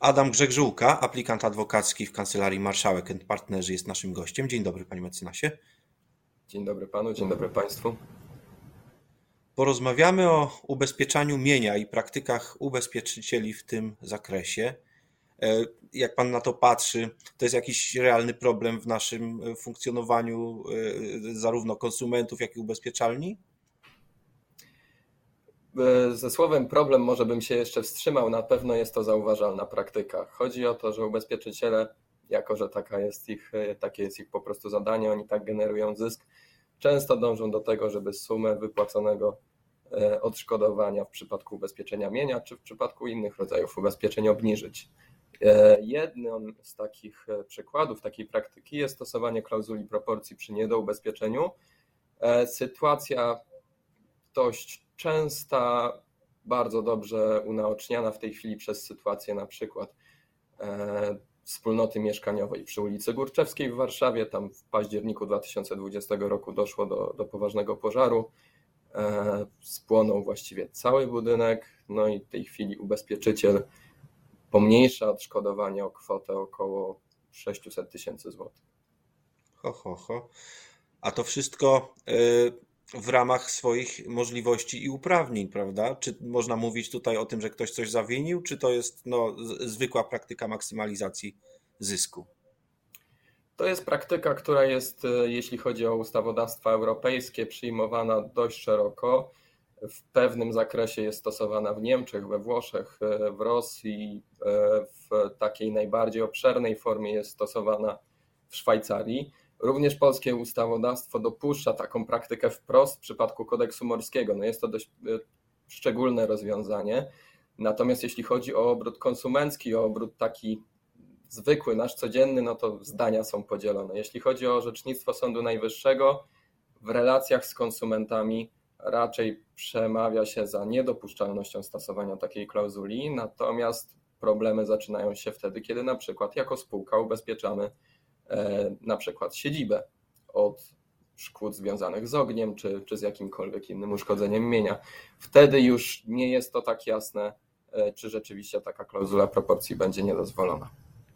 Adam Grzegżółka, aplikant adwokacki w Kancelarii Marszałek & Partnerzy jest naszym gościem. Dzień dobry, panie mecenasie. Dzień dobry panu, dzień dobry państwu. Porozmawiamy o ubezpieczaniu mienia i praktykach ubezpieczycieli w tym zakresie. Jak pan na to patrzy, to jest jakiś realny problem w naszym funkcjonowaniu zarówno konsumentów, jak i ubezpieczalni? Ze słowem problem może bym się jeszcze wstrzymał, na pewno jest to zauważalna praktyka. Chodzi o to, że ubezpieczyciele, jako że takie jest ich po prostu zadanie, oni tak generują zysk, często dążą do tego, żeby sumę wypłaconego odszkodowania w przypadku ubezpieczenia mienia, czy w przypadku innych rodzajów ubezpieczeń obniżyć. Jednym z takich przykładów takiej praktyki jest stosowanie klauzuli proporcji przy niedoubezpieczeniu. Sytuacja dość częsta, bardzo dobrze unaoczniana w tej chwili przez sytuację na przykład wspólnoty mieszkaniowej przy ulicy Górczewskiej w Warszawie. Tam w październiku 2020 roku doszło do poważnego pożaru. Spłonął właściwie cały budynek, no i w tej chwili ubezpieczyciel pomniejsza odszkodowanie o kwotę około 600 tysięcy złotych. Ho. A to wszystko w ramach swoich możliwości i uprawnień, prawda? Czy można mówić tutaj o tym, że ktoś coś zawinił, czy to jest zwykła praktyka maksymalizacji zysku? To jest praktyka, która jest, jeśli chodzi o ustawodawstwo europejskie, przyjmowana dość szeroko. W pewnym zakresie jest stosowana w Niemczech, we Włoszech, w Rosji, w takiej najbardziej obszernej formie jest stosowana w Szwajcarii. Również polskie ustawodawstwo dopuszcza taką praktykę wprost w przypadku kodeksu morskiego. No jest to dość szczególne rozwiązanie. Natomiast jeśli chodzi o obrót konsumencki, o obrót taki zwykły, nasz codzienny, no to zdania są podzielone. Jeśli chodzi o orzecznictwo Sądu Najwyższego, w relacjach z konsumentami raczej przemawia się za niedopuszczalnością stosowania takiej klauzuli, natomiast problemy zaczynają się wtedy, kiedy na przykład jako spółka ubezpieczamy na przykład siedzibę od szkód związanych z ogniem, czy z jakimkolwiek innym uszkodzeniem mienia. Wtedy już nie jest to tak jasne, czy rzeczywiście taka klauzula proporcji będzie niedozwolona.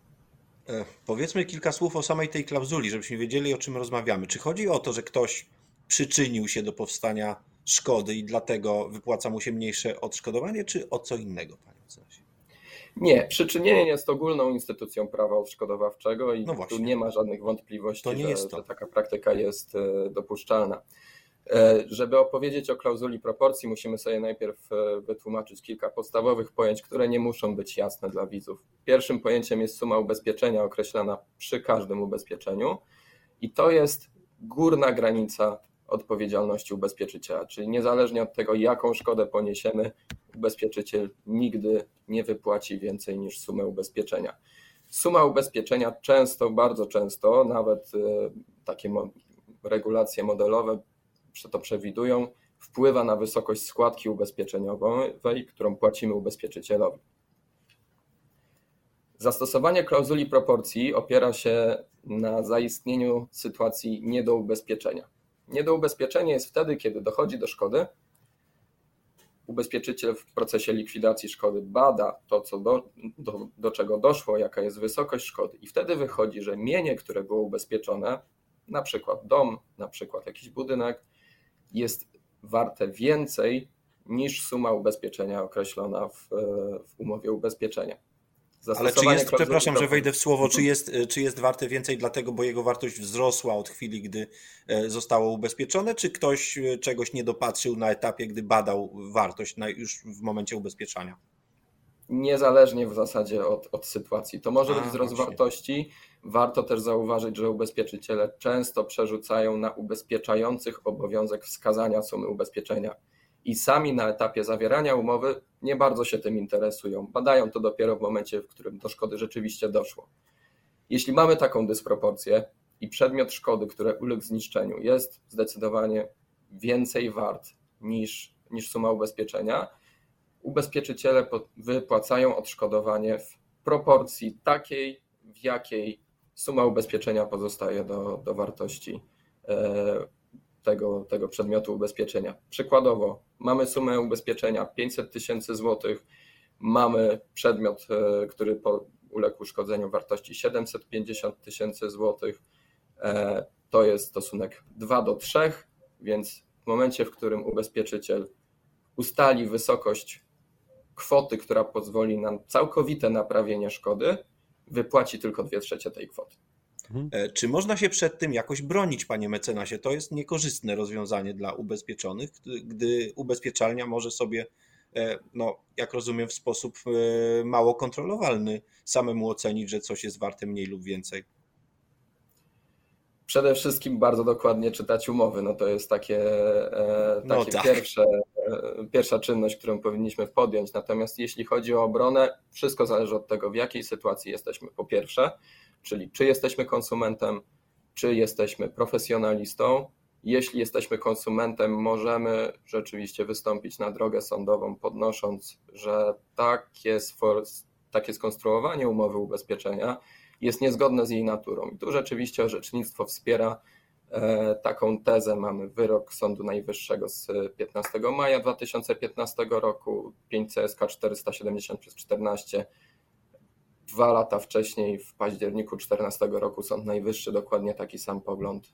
Powiedzmy kilka słów o samej tej klauzuli, żebyśmy wiedzieli, o czym rozmawiamy. Czy chodzi o to, że ktoś przyczynił się do powstania szkody i dlatego wypłaca mu się mniejsze odszkodowanie, czy o co innego, panie mecenasie? Nie, przyczynienie jest ogólną instytucją prawa odszkodowawczego i No tu właśnie, nie ma żadnych to wątpliwości, nie jest że to. taka praktyka jest dopuszczalna. Żeby opowiedzieć o klauzuli proporcji, musimy sobie najpierw wytłumaczyć kilka podstawowych pojęć, które nie muszą być jasne dla widzów. Pierwszym pojęciem jest suma ubezpieczenia określana przy każdym ubezpieczeniu i to jest górna granica odpowiedzialności ubezpieczyciela, czyli niezależnie od tego, jaką szkodę poniesiemy, ubezpieczyciel nigdy nie wypłaci więcej niż sumę ubezpieczenia. Suma ubezpieczenia często, bardzo często, nawet takie regulacje modelowe to przewidują, wpływa na wysokość składki ubezpieczeniowej, którą płacimy ubezpieczycielowi. Zastosowanie klauzuli proporcji opiera się na zaistnieniu sytuacji niedoubezpieczenia. Niedoubezpieczenie jest wtedy, kiedy dochodzi do szkody. Ubezpieczyciel w procesie likwidacji szkody bada to, do czego doszło, jaka jest wysokość szkody i wtedy wychodzi, że mienie, które było ubezpieczone, na przykład dom, na przykład jakiś budynek, jest warte więcej niż suma ubezpieczenia określona w umowie ubezpieczenia. Ale czy Zastosowanie jest, klauzuli przepraszam, że wejdę w proporcji. słowo, czy jest warte więcej dlatego, bo jego wartość wzrosła od chwili, gdy zostało ubezpieczone, czy ktoś czegoś nie dopatrzył na etapie, gdy badał wartość już w momencie ubezpieczania? Niezależnie w zasadzie od sytuacji. To może być wzrost Właśnie. wartości. Warto też zauważyć, że ubezpieczyciele często przerzucają na ubezpieczających obowiązek wskazania sumy ubezpieczenia i sami na etapie zawierania umowy nie bardzo się tym interesują. Badają to dopiero w momencie, w którym do szkody rzeczywiście doszło. Jeśli mamy taką dysproporcję i przedmiot szkody, który uległ zniszczeniu, jest zdecydowanie więcej wart niż suma ubezpieczenia, ubezpieczyciele wypłacają odszkodowanie w proporcji takiej, w jakiej suma ubezpieczenia pozostaje do wartości tego przedmiotu ubezpieczenia. Przykładowo mamy sumę ubezpieczenia 500 tysięcy złotych, mamy przedmiot, który uległ uszkodzeniu w wartości 750 tysięcy złotych. To jest stosunek 2:3, więc w momencie, w którym ubezpieczyciel ustali wysokość kwoty, która pozwoli na całkowite naprawienie szkody, wypłaci tylko 2/3 tej kwoty. Czy można się przed tym jakoś bronić, panie mecenasie? To jest niekorzystne rozwiązanie dla ubezpieczonych, gdy ubezpieczalnia może sobie, no, jak rozumiem, w sposób mało kontrolowalny samemu ocenić, że coś jest warte mniej lub więcej. Przede wszystkim bardzo dokładnie czytać umowy. No to jest takie No tak. pierwsza czynność, którą powinniśmy podjąć. Natomiast jeśli chodzi o obronę, wszystko zależy od tego, w jakiej sytuacji jesteśmy. Po pierwsze, czyli czy jesteśmy konsumentem, czy jesteśmy profesjonalistą. Jeśli jesteśmy konsumentem, możemy rzeczywiście wystąpić na drogę sądową, podnosząc, że takie skonstruowanie umowy ubezpieczenia jest niezgodne z jej naturą. I tu rzeczywiście orzecznictwo wspiera taką tezę. Mamy wyrok Sądu Najwyższego z 15 maja 2015 roku, 5 CSK 470/14. 2 lata wcześniej, w październiku 2014 roku, Sąd Najwyższy dokładnie taki sam pogląd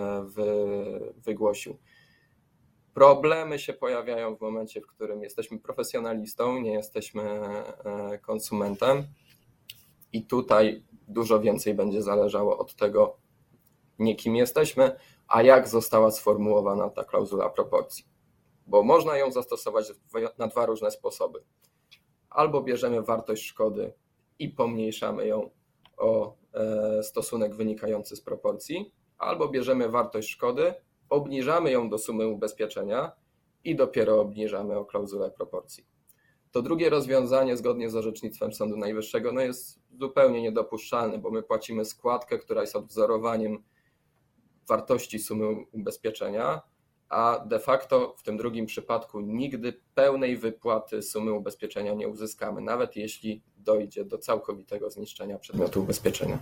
wygłosił. Problemy się pojawiają w momencie, w którym jesteśmy profesjonalistą, nie jesteśmy konsumentem. I tutaj dużo więcej będzie zależało od tego, nie kim jesteśmy, a jak została sformułowana ta klauzula proporcji. Bo można ją zastosować na 2 różne sposoby. Albo bierzemy wartość szkody i pomniejszamy ją o stosunek wynikający z proporcji, albo bierzemy wartość szkody, obniżamy ją do sumy ubezpieczenia i dopiero obniżamy o klauzulę proporcji. To drugie rozwiązanie, zgodnie z orzecznictwem Sądu Najwyższego, jest zupełnie niedopuszczalne, bo my płacimy składkę, która jest odwzorowaniem wartości sumy ubezpieczenia, a de facto w tym drugim przypadku nigdy pełnej wypłaty sumy ubezpieczenia nie uzyskamy, nawet jeśli dojdzie do całkowitego zniszczenia przedmiotu ubezpieczenia.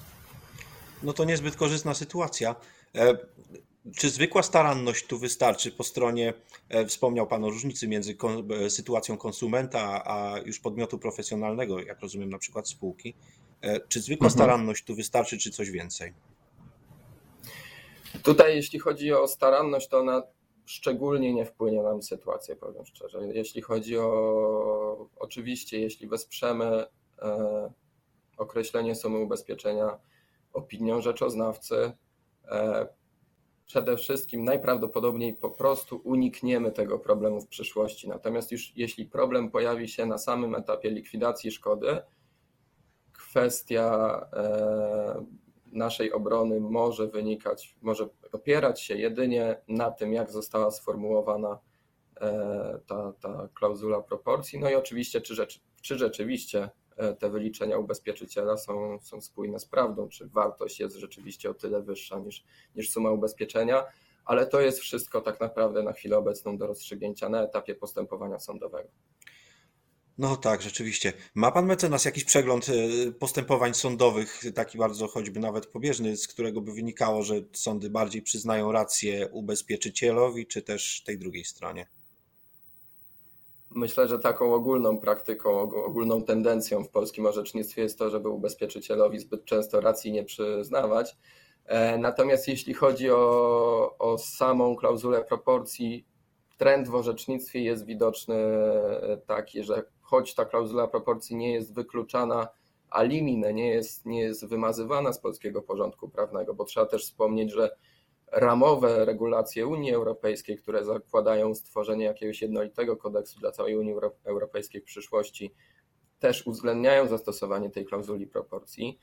No to niezbyt korzystna sytuacja. Czy zwykła staranność tu wystarczy po stronie, wspomniał pan o różnicy między sytuacją konsumenta a już podmiotu profesjonalnego, jak rozumiem, na przykład spółki. Czy zwykła staranność tu wystarczy, czy coś więcej? Tutaj jeśli chodzi o staranność, to ona szczególnie nie wpłynie na sytuację, powiem szczerze. Jeśli chodzi oczywiście, jeśli wesprzemy określenie sumy ubezpieczenia opinią rzeczoznawcy, przede wszystkim najprawdopodobniej po prostu unikniemy tego problemu w przyszłości. Natomiast już jeśli problem pojawi się na samym etapie likwidacji szkody, kwestia naszej obrony może opierać się jedynie na tym, jak została sformułowana ta klauzula proporcji. No i oczywiście, czy rzeczywiście te wyliczenia ubezpieczyciela są spójne z prawdą, czy wartość jest rzeczywiście o tyle wyższa niż suma ubezpieczenia, ale to jest wszystko tak naprawdę na chwilę obecną do rozstrzygnięcia na etapie postępowania sądowego. No tak, rzeczywiście. Ma pan mecenas jakiś przegląd postępowań sądowych, taki bardzo choćby nawet pobieżny, z którego by wynikało, że sądy bardziej przyznają rację ubezpieczycielowi, czy też tej drugiej stronie? Myślę, że taką ogólną praktyką, ogólną tendencją w polskim orzecznictwie jest to, żeby ubezpieczycielowi zbyt często racji nie przyznawać. Natomiast jeśli chodzi o samą klauzulę proporcji, trend w orzecznictwie jest widoczny taki, że choć ta klauzula proporcji nie jest wykluczana a limine, nie jest wymazywana z polskiego porządku prawnego, bo trzeba też wspomnieć, że ramowe regulacje Unii Europejskiej, które zakładają stworzenie jakiegoś jednolitego kodeksu dla całej Unii Europejskiej w przyszłości, też uwzględniają zastosowanie tej klauzuli proporcji,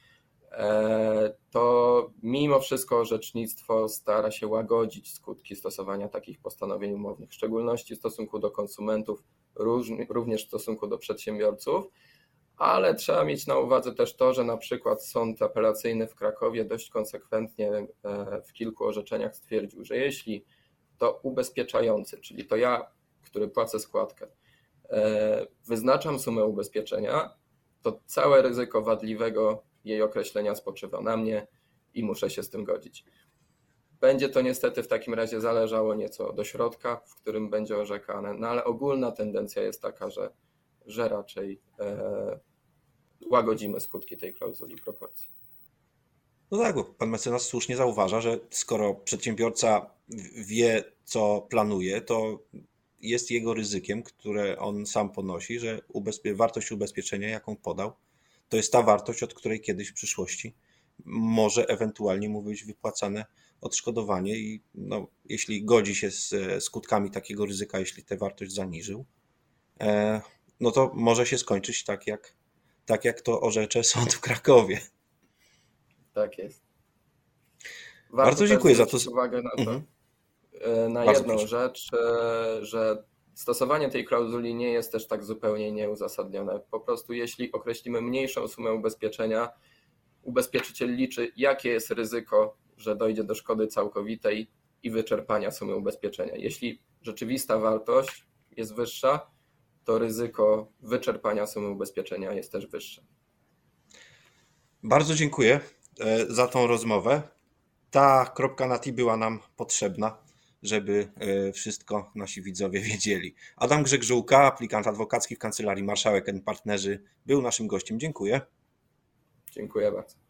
to mimo wszystko orzecznictwo stara się łagodzić skutki stosowania takich postanowień umownych, w szczególności w stosunku do konsumentów, również w stosunku do przedsiębiorców, ale trzeba mieć na uwadze też to, że na przykład Sąd Apelacyjny w Krakowie dość konsekwentnie w kilku orzeczeniach stwierdził, że jeśli to ubezpieczający, czyli to ja, który płacę składkę, wyznaczam sumę ubezpieczenia, to całe ryzyko wadliwego jej określenia spoczywa na mnie i muszę się z tym godzić. Będzie to niestety w takim razie zależało nieco do środka, w którym będzie orzekane, no ale ogólna tendencja jest taka, że że raczej łagodzimy skutki tej klauzuli proporcji. No tak, bo pan mecenas słusznie zauważa, że skoro przedsiębiorca wie, co planuje, to jest jego ryzykiem, które on sam ponosi, że wartość ubezpieczenia, jaką podał, to jest ta wartość, od której kiedyś w przyszłości może ewentualnie mu być wypłacane odszkodowanie i no, jeśli godzi się z skutkami takiego ryzyka, jeśli tę wartość zaniżył, no to może się skończyć tak jak to orzecze sąd w Krakowie. Tak jest. Warto Bardzo też dziękuję za to. zwrócić uwagę na to, na Bardzo jedną proszę. rzecz, że stosowanie tej klauzuli nie jest też tak zupełnie nieuzasadnione. Po prostu jeśli określimy mniejszą sumę ubezpieczenia, ubezpieczyciel liczy, jakie jest ryzyko, że dojdzie do szkody całkowitej i wyczerpania sumy ubezpieczenia. Jeśli rzeczywista wartość jest wyższa, to ryzyko wyczerpania sumy ubezpieczenia jest też wyższe. Bardzo dziękuję za tą rozmowę. Ta kropka na i była nam potrzebna, żeby wszystko nasi widzowie wiedzieli. Adam Grzegżółka, aplikant adwokacki w Kancelarii Marszałek & Partnerzy, był naszym gościem. Dziękuję. Dziękuję bardzo.